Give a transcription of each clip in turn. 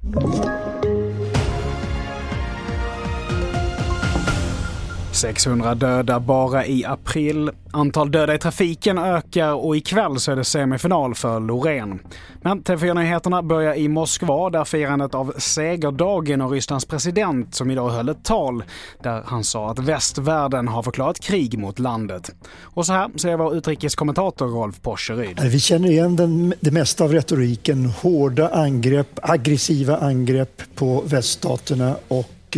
$600 döda bara i april. Antal döda i trafiken ökar och ikväll så är det semifinal för Loreen. Men TV4-nyheterna börjar i Moskva där firandet av segerdagen och Rysslands president som idag höll ett tal där han sa att västvärlden har förklarat krig mot landet. Och så här säger vår utrikeskommentator Rolf Porseryd. Vi känner igen det mesta av retoriken, hårda angrepp, aggressiva angrepp på väststaterna och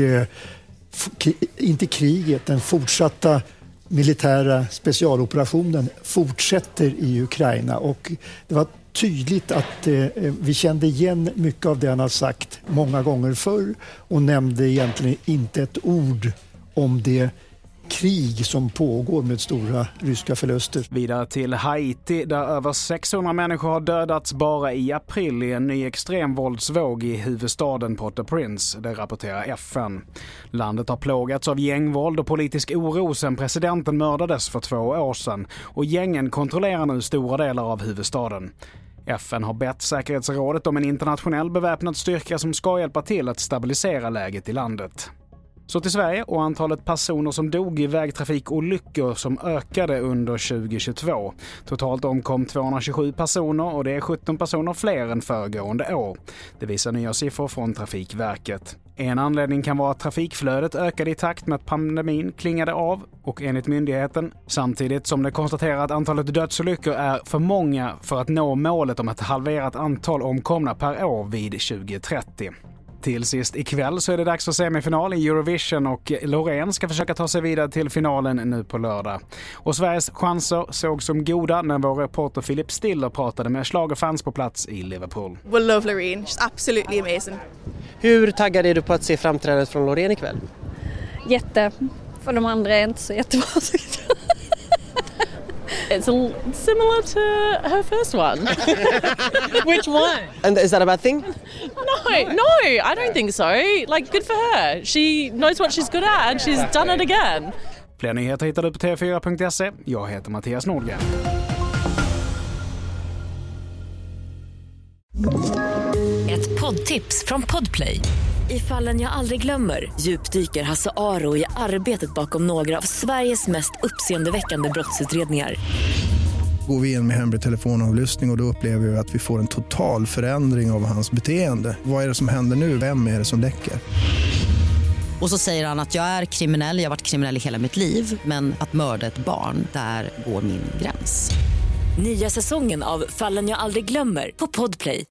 inte kriget, den fortsatta militära specialoperationen fortsätter i Ukraina och det var tydligt att vi kände igen mycket av det han har sagt många gånger förr och nämnde egentligen inte ett ord om det krig som pågår med stora ryska förluster. Vidare till Haiti där över 600 människor har dödats bara i april i en ny extremvåldsvåg i huvudstaden Port-au-Prince, det rapporterar FN. Landet har plågats av gängvåld och politisk oro sedan presidenten mördades för 2 år sedan och gängen kontrollerar nu stora delar av huvudstaden. FN har bett säkerhetsrådet om en internationell beväpnad styrka som ska hjälpa till att stabilisera läget i landet. Så till Sverige och antalet personer som dog i vägtrafikolyckor som ökade under 2022. Totalt omkom 227 personer och det är 17 personer fler än föregående år. Det visar nya siffror från Trafikverket. En anledning kan vara att trafikflödet ökade i takt med att pandemin klingade av och enligt myndigheten samtidigt som det konstaterar att antalet dödsolyckor är för många för att nå målet om ett halverat antal omkomna per år vid 2030. Till sist ikväll så är det dags för semifinal i Eurovision och Loreen ska försöka ta sig vidare till finalen nu på lördag. Och Sveriges chanser såg som goda när vår reporter Philip Stiller pratade med schlagerfans på plats i Liverpool. We love Loreen, she's absolutely amazing. Hur taggad är du på att se framträdandet från Loreen ikväll? Jätte, för de andra är inte så jättebra. It's similar to her first one. Which one? And is that a bad thing? No, I don't think so. Like, good for her. She knows what she's good at and she's done it again. Fler nyheter hittar du på tv4.se. Jag heter Mattias Nordgren. Ett poddtips från Podplay. I Fallen jag aldrig glömmer djupdyker Hasse Aro i arbetet bakom några av Sveriges mest uppseendeväckande brottsutredningar. Går vi in med hemlig telefonavlyssning och då upplever vi att vi får en total förändring av hans beteende. Vad är det som händer nu? Vem är det som läcker? Och så säger han att jag är kriminell, jag har varit kriminell i hela mitt liv. Men att mörda ett barn, där går min gräns. Nya säsongen av Fallen jag aldrig glömmer på Podplay.